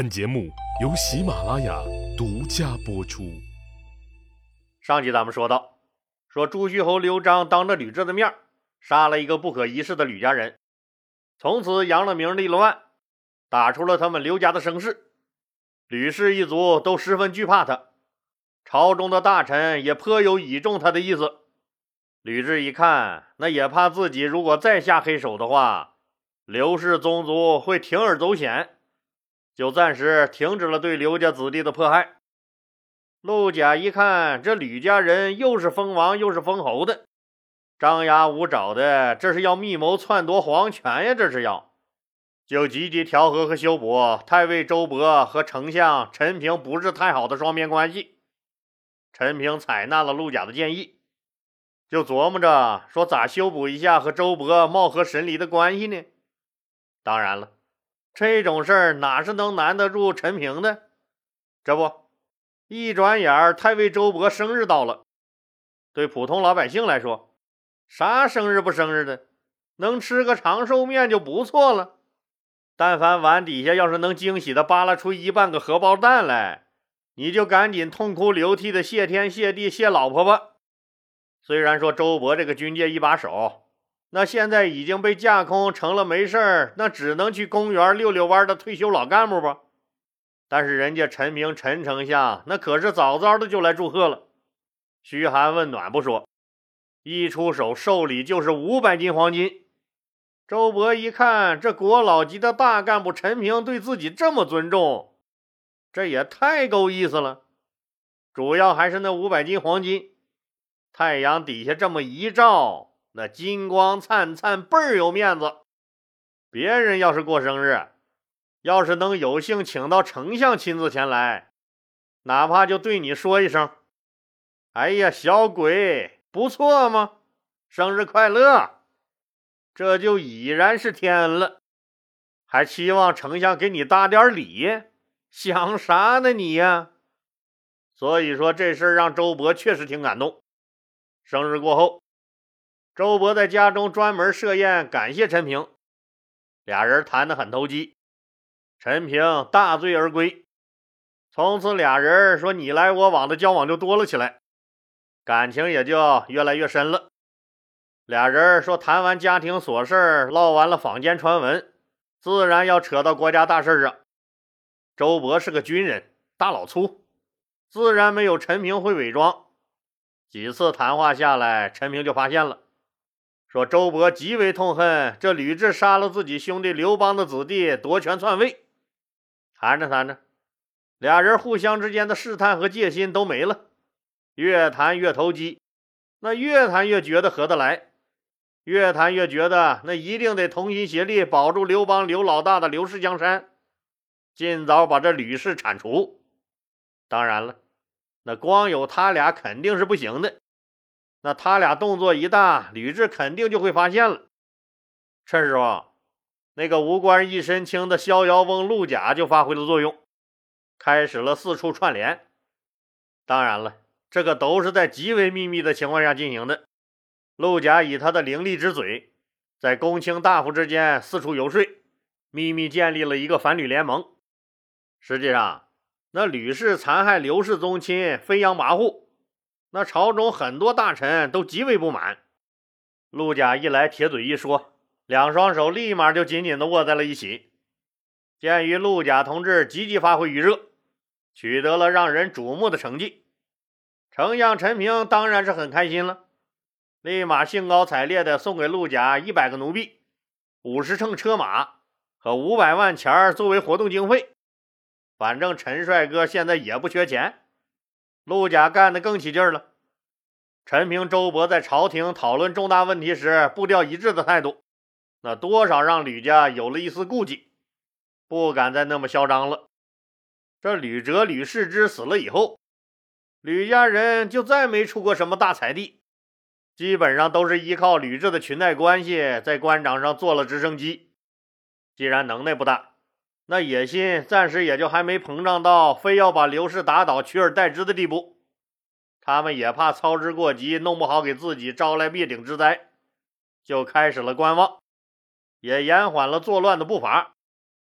本节目由喜马拉雅独家播出。 上集咱们说到，朱虚侯刘璋当着吕雉的面杀了一个不可一世的吕家人，从此扬了名立了万，打出了他们刘家的声势。吕氏一族都十分惧怕他，朝中的大臣也颇有倚重他的意思。吕雉一看，那也怕自己如果再下黑手的话，刘氏宗族会铤而走险，就暂时停止了对刘家子弟的迫害。陆贾一看，这吕家人又是封王又是封侯的，张牙舞爪的，这是要密谋篡夺皇权呀！这是要，就积极调和和修补太尉周勃和丞相陈平不是太好的双边关系。陈平采纳了陆贾的建议，就琢磨着说咋修补一下和周勃貌合神离的关系呢？当然了，这种事儿哪是能难得住陈平的？这不，一转眼太尉周勃生日到了。对普通老百姓来说，啥生日不生日的，能吃个长寿面就不错了。但凡碗底下要是能惊喜的扒拉出一半个荷包蛋来，你就赶紧痛哭流涕的谢天谢地谢老婆吧。虽然说周勃这个军界一把手，那现在已经被架空成了没事儿，那只能去公园溜溜弯的退休老干部吧。但是人家陈平陈丞相那可是早早的就来祝贺了，嘘寒问暖不说，一出手寿礼就是500斤黄金。周勃一看，这国老级的大干部陈平对自己这么尊重，这也太够意思了。主要还是那500斤黄金，太阳底下这么一照，那金光灿灿，倍儿有面子。别人要是过生日，要是能有幸请到丞相亲自前来，哪怕就对你说一声，哎呀，小鬼不错嘛，生日快乐，这就已然是天了。还期望丞相给你搭点礼，想啥呢你呀？所以说这事儿让周勃确实挺感动。生日过后，周勃在家中专门设宴感谢陈平，俩人谈得很投机，陈平大醉而归。从此俩人说你来我往的交往就多了起来，感情也就越来越深了。俩人说谈完家庭琐事，唠完了坊间传闻，自然要扯到国家大事上。周勃是个军人，大老粗，自然没有陈平会伪装。几次谈话下来，陈平就发现了，说周勃极为痛恨这吕雉杀了自己兄弟刘邦的子弟，夺权篡位。谈着谈着，俩人互相之间的试探和戒心都没了，越谈越投机，那越谈越觉得合得来，越谈越觉得那一定得同心协力保住刘邦刘老大的刘氏江山，尽早把这吕氏铲除。当然了，那光有他俩肯定是不行的，那他俩动作一大，吕雉肯定就会发现了。这时候那个无官一身轻的逍遥翁陆贾就发挥了作用，开始了四处串联。当然了，这个都是在极为秘密的情况下进行的。陆贾以他的伶俐之嘴，在公卿大夫之间四处游说，秘密建立了一个反吕联盟。实际上那吕氏残害刘氏宗亲，飞扬跋扈，那朝中很多大臣都极为不满。陆贾一来铁嘴一说，两双手立马就紧紧地握在了一起。鉴于陆贾同志积极发挥余热，取得了让人瞩目的成绩，丞相陈平当然是很开心了，立马兴高采烈地送给陆贾100个奴婢、50乘车马和500万钱作为活动经费。反正陈帅哥现在也不缺钱，陆贾干得更起劲了。陈平、周勃在朝廷讨论重大问题时步调一致的态度，那多少让吕家有了一丝顾忌，不敢再那么嚣张了。这吕哲、吕世之死了以后，吕家人就再没出过什么大财地，基本上都是依靠吕雉的裙带关系在官场上坐了直升机。既然能耐不大，那野心暂时也就还没膨胀到非要把刘氏打倒取而代之的地步。他们也怕操之过急，弄不好给自己招来灭顶之灾，就开始了观望，也延缓了作乱的步伐。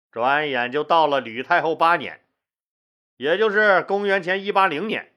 转眼就到了吕太后8年，也就是公元前180年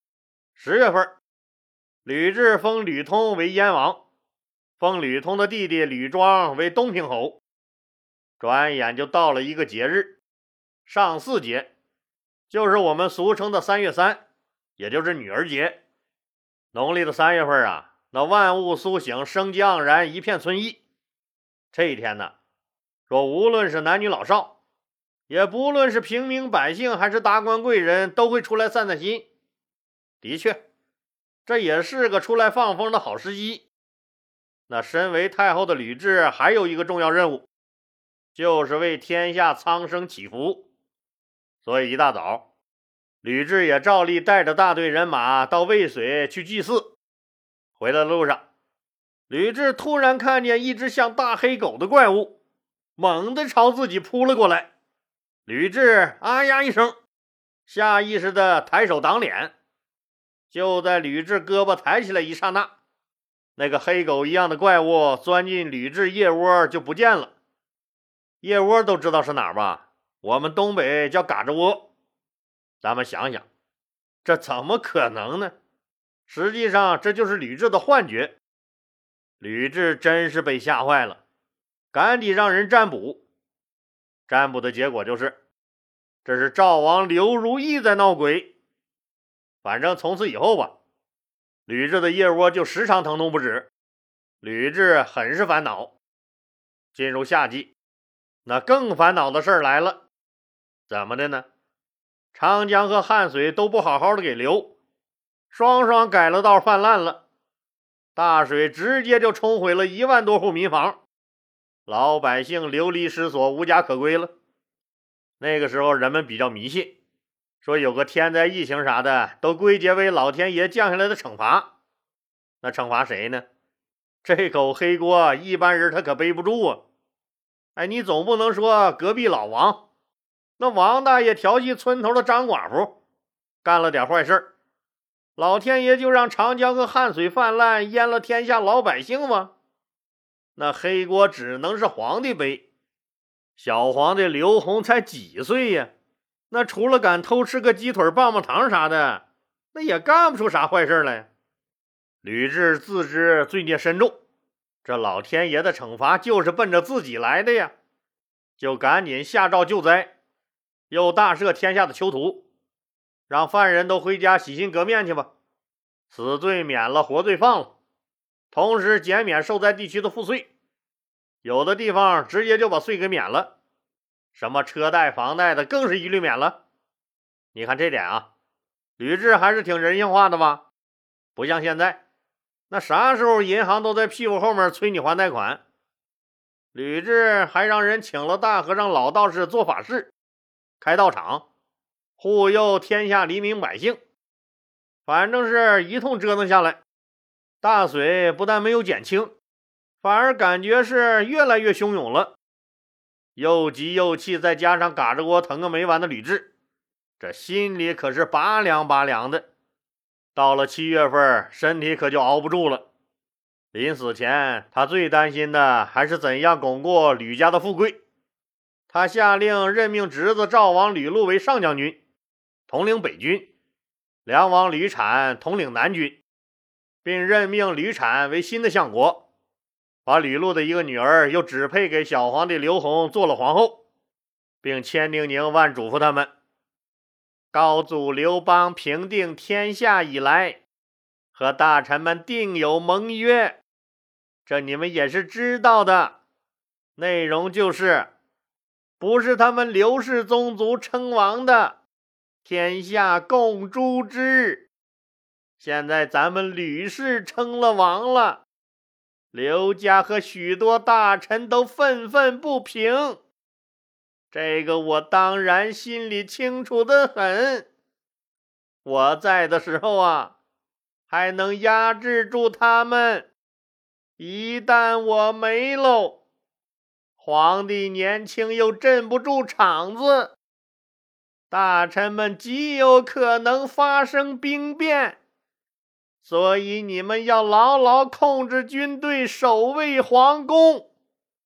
10月份，吕雉封吕通为燕王，封吕通的弟弟吕庄为东平侯。转眼就到了一个节日，上巳节，就是我们俗称的3月3，也就是女儿节。农历的3月份啊，那万物苏醒，生机盎然，一片春意。这一天呢，说无论是男女老少，也不论是平民百姓还是达官贵人，都会出来散散心。的确，这也是个出来放风的好时机。那身为太后的吕雉还有一个重要任务，就是为天下苍生祈福。所以一大早，吕雉也照例带着大队人马到渭水去祭祀。回来的路上，吕雉突然看见一只像大黑狗的怪物猛地朝自己扑了过来。吕雉啊呀一声，下意识地抬手挡脸。就在吕雉胳膊抬起来一刹那，那个黑狗一样的怪物钻进吕雉腋窝就不见了。腋窝都知道是哪儿吧？我们东北叫嘎吱窝。咱们想想，这怎么可能呢？实际上这就是吕雉的幻觉。吕雉真是被吓坏了，赶紧让人占卜。占卜的结果就是，这是赵王刘如意在闹鬼。反正从此以后吧，吕雉的腋窝就时常疼痛不止。吕雉很是烦恼。进入夏季，那更烦恼的事儿来了。怎么的呢？长江和汉水都不好好的给流，双双改了道泛滥了。大水直接就冲毁了1万多户民房，老百姓流离失所，无家可归了。那个时候人们比较迷信，说有个天灾疫情啥的都归结为老天爷降下来的惩罚。那惩罚谁呢？这口黑锅一般人他可背不住啊。你总不能说隔壁老王，那王大爷调戏村头的张寡妇，干了点坏事，老天爷就让长江和汉水泛滥，淹了天下老百姓吗？那黑锅只能是皇帝背。小皇帝刘宏才几岁呀？那除了敢偷吃个鸡腿棒棒糖啥的，那也干不出啥坏事来。吕雉自知罪孽深重，这老天爷的惩罚就是奔着自己来的呀，就赶紧下诏救灾，又大赦天下的囚徒，让犯人都回家洗心革面去吧，死罪免了，活罪放了，同时减免受灾地区的赋税，有的地方直接就把税给免了，什么车贷房贷的更是一律免了。你看这点啊，吕雉还是挺人性化的吧？不像现在，那啥时候银行都在屁股后面催你还贷款。吕雉还让人请了大和尚老道士做法事，开道场，护佑天下黎民百姓。反正是一通折腾下来，大水不但没有减轻，反而感觉是越来越汹涌了。又急又气，再加上嘎吱窝疼个没完的吕雉，这心里可是拔凉拔凉的。到了7月份，身体可就熬不住了。临死前，他最担心的还是怎样巩固吕家的富贵。他下令任命侄子赵王吕禄为上将军，统领北军，梁王吕产统领南军，并任命吕产为新的相国，把吕禄的一个女儿又指配给小皇帝刘宏做了皇后，并千叮咛万嘱咐他们：高祖刘邦平定天下以来，和大臣们定有盟约，这你们也是知道的。内容就是，不是他们刘氏宗族称王的，天下共诛之。现在咱们吕氏称了王了，刘家和许多大臣都愤愤不平。这个我当然心里清楚得很。我在的时候啊，还能压制住他们。一旦我没喽，皇帝年轻又镇不住场子，大臣们极有可能发生兵变。所以你们要牢牢控制军队，守卫皇宫。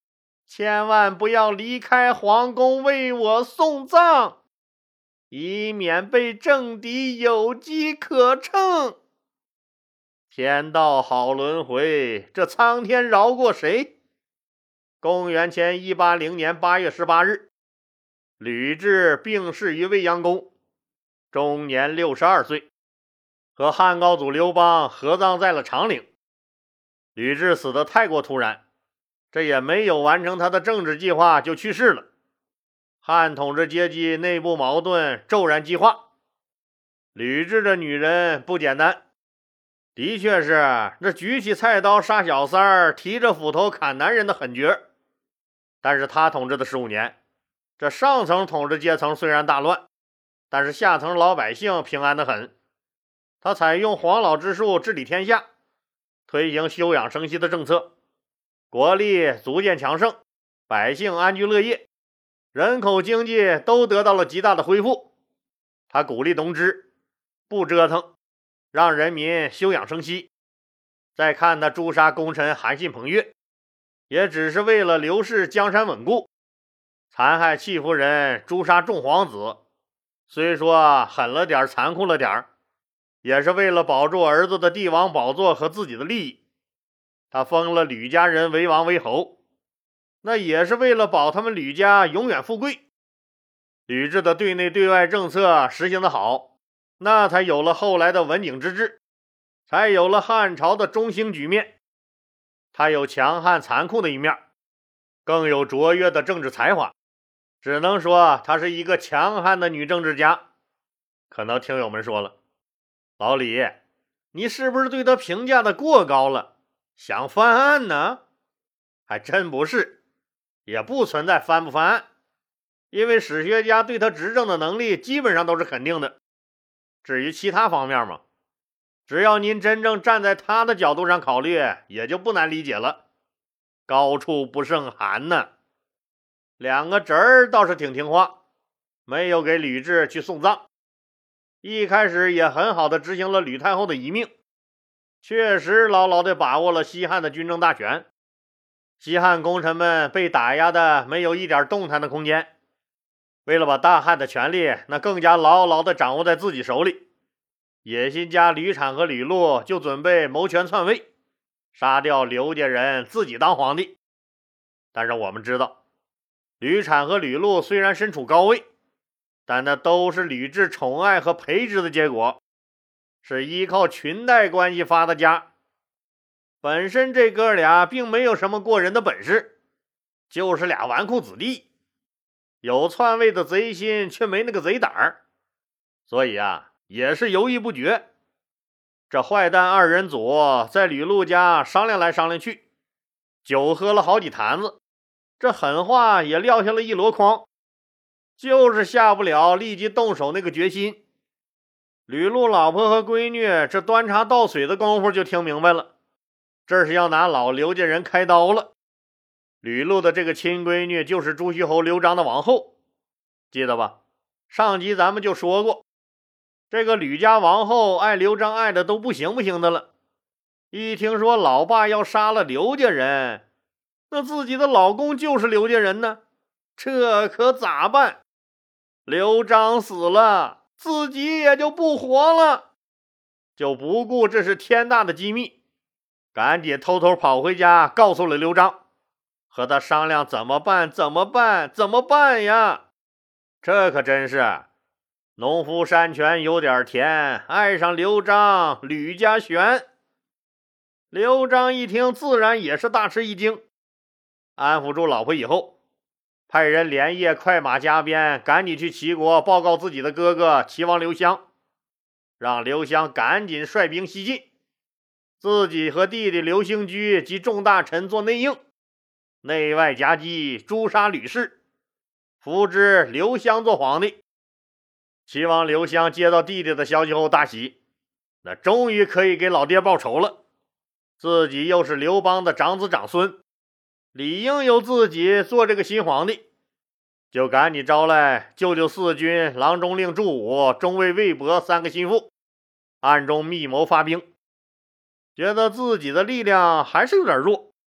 千万不要离开皇宫为我送葬，以免被政敌有机可乘。天道好轮回，这苍天饶过谁？公元前180年8月18日，吕雉病逝于未央宫，终年62岁，和汉高祖刘邦合葬在了长陵。吕雉死得太过突然，这也没有完成他的政治计划就去世了。汉统治阶级内部矛盾骤然激化。吕雉这女人不简单，的确是这举起菜刀杀小三儿，提着斧头砍男人的狠角。但是他统治的15年，这上层统治阶层虽然大乱，但是下层老百姓平安得很。他采用黄老之术治理天下，推行休养生息的政策，国力逐渐强盛，百姓安居乐业，人口经济都得到了极大的恢复。他鼓励农织，不折腾，让人民休养生息。再看他诛杀功臣韩信彭越，也只是为了刘氏江山稳固。残害戚夫人，诛杀众皇子，虽说狠了点，残酷了点，也是为了保住儿子的帝王宝座和自己的利益。他封了吕家人为王为侯，那也是为了保他们吕家永远富贵。吕雉的对内对外政策实行得好，那才有了后来的文景之治，才有了汉朝的中兴局面。他有强悍残酷的一面，更有卓越的政治才华，只能说她是一个强悍的女政治家。可能听友们说了，老李，你是不是对她评价的过高了，想翻案呢？还真不是，也不存在翻不翻案，因为史学家对她执政的能力基本上都是肯定的。至于其他方面嘛，只要您真正站在她的角度上考虑，也就不难理解了。高处不胜寒呢。两个侄儿倒是挺听话，没有给吕雉去送葬，一开始也很好的执行了吕太后的遗命，确实牢牢的把握了西汉的军政大权。西汉功臣们被打压的没有一点动弹的空间，为了把大汉的权力那更加牢牢的掌握在自己手里，野心家吕产和吕禄就准备谋权篡位，杀掉刘家人，自己当皇帝。但是我们知道，吕产和吕禄虽然身处高位，但那都是吕雉宠爱和培植的结果，是依靠裙带关系发的家。本身这哥俩并没有什么过人的本事，就是俩纨绔子弟，有篡位的贼心，却没那个贼胆儿，所以也是犹豫不决。这坏蛋二人组在吕禄家商量来商量去，酒喝了好几坛子，这狠话也撂下了一箩筐，就是下不了立即动手那个决心。吕禄老婆和闺女这端茶倒水的功夫就听明白了，这是要拿老刘家人开刀了。吕禄的这个亲闺女就是朱虚侯刘璋的王后，记得吧？上集咱们就说过，这个吕家王后爱刘璋爱的都不行的了，一听说老爸要杀了刘家人，那自己的老公就是刘家人呢，这可咋办？刘璋死了，自己也就不活了，就不顾这是天大的机密，赶紧偷偷跑回家告诉了刘璋，和他商量怎么办呀？这可真是农夫山泉有点甜，爱上刘璋吕家悬。刘璋一听自然也是大吃一惊，安抚住老婆以后，派人连夜快马加鞭，赶紧去齐国报告自己的哥哥齐王刘襄，让刘襄赶紧率兵西进，自己和弟弟刘兴居及众大臣做内应，内外夹击，诛杀吕氏，扶植刘襄做皇帝。齐王刘襄接到弟弟的消息后大喜，那终于可以给老爹报仇了，自己又是刘邦的长子长孙，理应由自己做这个新皇帝，就赶紧招来舅舅四军、郎中令祝武、中尉魏博3个心腹，暗中密谋发兵。觉得自己的力量还是有点弱，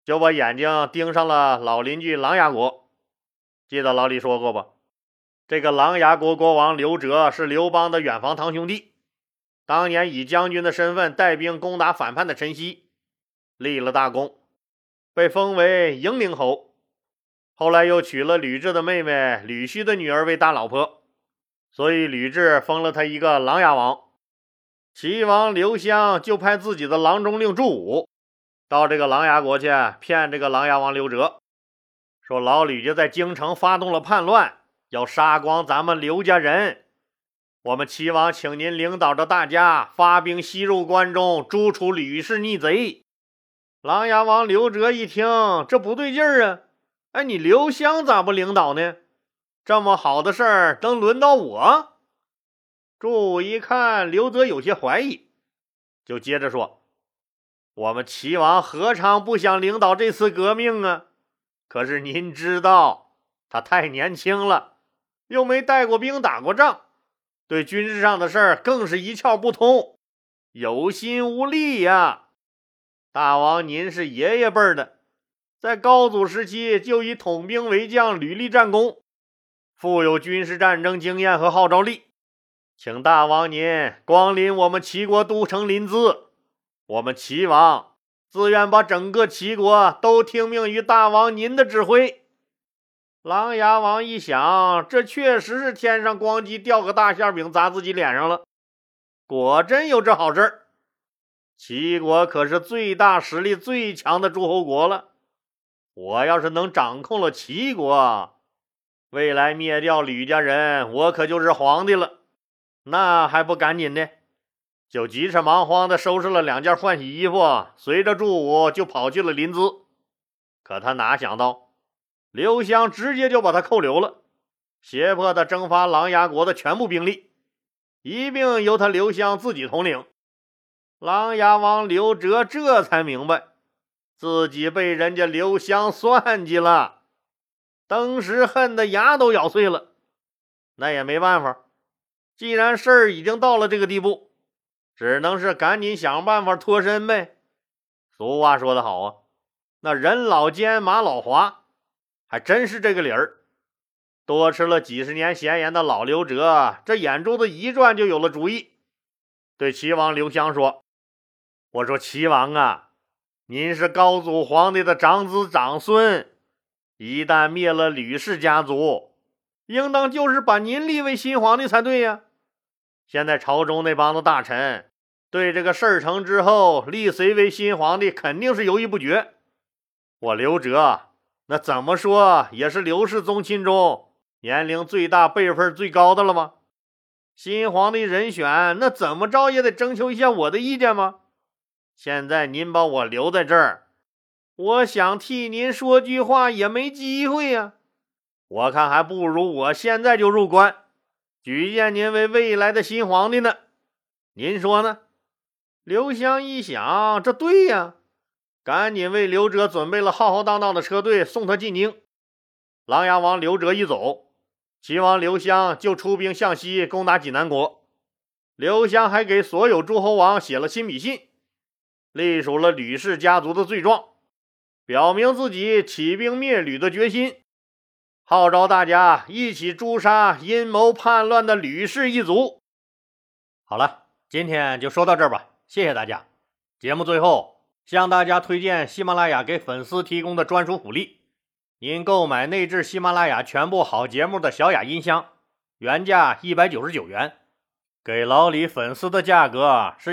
就把眼睛盯上了老邻居琅琊国。记得老李说过吧，这个琅琊国国王刘哲是刘邦的远房堂兄弟，当年以将军的身份带兵攻打反叛的陈豨，立了大功，被封为营陵侯。后来又娶了吕雉的妹妹吕须的女儿为大老婆，所以吕雉封了他一个琅琊王。齐王刘襄就派自己的郎中令祝武到这个琅琊国去骗这个琅琊王刘哲，说老吕家在京城发动了叛乱，要杀光咱们刘家人，我们齐王请您领导着大家发兵西入关中，诛除吕氏逆贼。琅琊王刘哲一听，这不对劲儿啊，哎，你刘襄咋不领导呢？这么好的事儿能轮到我？祝武一看刘哲有些怀疑，就接着说，我们齐王何尝不想领导这次革命啊？可是您知道他太年轻了，又没带过兵打过仗，对军事上的事儿更是一窍不通，有心无力呀。大王您是爷爷辈的，在高祖时期就以统兵为将，屡立战功，富有军事战争经验和号召力，请大王您光临我们齐国都城临淄，我们齐王自愿把整个齐国都听命于大王您的指挥。琅琊王一想，这确实是天上光机掉个大馅饼砸自己脸上了，果真有这好事儿。齐国可是最大实力最强的诸侯国了，我要是能掌控了齐国，未来灭掉吕家人，我可就是皇帝了，那还不赶紧的？就急着忙慌的收拾了2件换洗衣服，随着祝武就跑去了临淄。可他哪想到，刘襄直接就把他扣留了，胁迫他征发琅琊国的全部兵力，一并由他刘襄自己统领。琅琊王刘哲这才明白自己被人家刘襄算计了，当时恨得牙都咬碎了。那也没办法，既然事儿已经到了这个地步，只能是赶紧想办法脱身呗。俗话说得好啊，那人老奸马老滑，还真是这个理儿。多吃了几十年闲盐的老刘哲，这眼珠子一转就有了主意，对齐王刘襄说，我说齐王啊，您是高祖皇帝的长子长孙，一旦灭了吕氏家族，应当就是把您立为新皇帝才对呀。现在朝中那帮子大臣对这个事儿成之后立谁为新皇帝肯定是犹豫不决，我刘哲那怎么说也是刘氏宗亲中年龄最大辈分最高的了吗？新皇帝人选那怎么着也得征求一下我的意见吗？现在您把我留在这儿，我想替您说句话也没机会呀。我看还不如我现在就入关，举荐您为未来的新皇帝呢，您说呢？刘襄一想，这对呀，赶紧为刘哲准备了浩浩荡荡的车队送他进京。琅琊王刘哲一走，齐王刘襄就出兵向西攻打济南国。刘襄还给所有诸侯王写了亲笔信，隶属了吕氏家族的罪状，表明自己起兵灭吕的决心，号召大家一起诛杀阴谋叛乱的吕氏一族。好了，今天就说到这儿吧，谢谢大家。节目最后向大家推荐喜马拉雅给粉丝提供的专属福利，您购买内置喜马拉雅全部好节目的小雅音箱，原价199元，给老李粉丝的价格是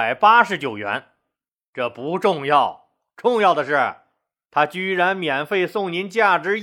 189元。这不重要，重要的是他居然免费送您价值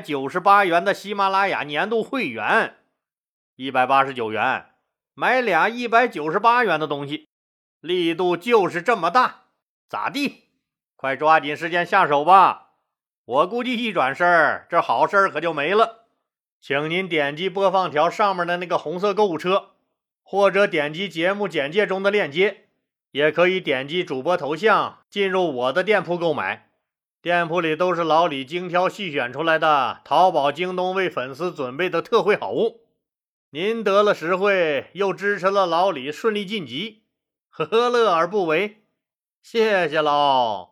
198元的喜马拉雅年度会员。189元买俩198元的东西，力度就是这么大，咋地？快抓紧时间下手吧，我估计一转身这好事可就没了。请您点击播放条上面的那个红色购物车，或者点击节目简介中的链接，也可以点击主播头像进入我的店铺购买。店铺里都是老李精挑细选出来的淘宝京东为粉丝准备的特惠好物，您得了实惠，又支持了老李顺利晋级，何乐而不为？谢谢喽。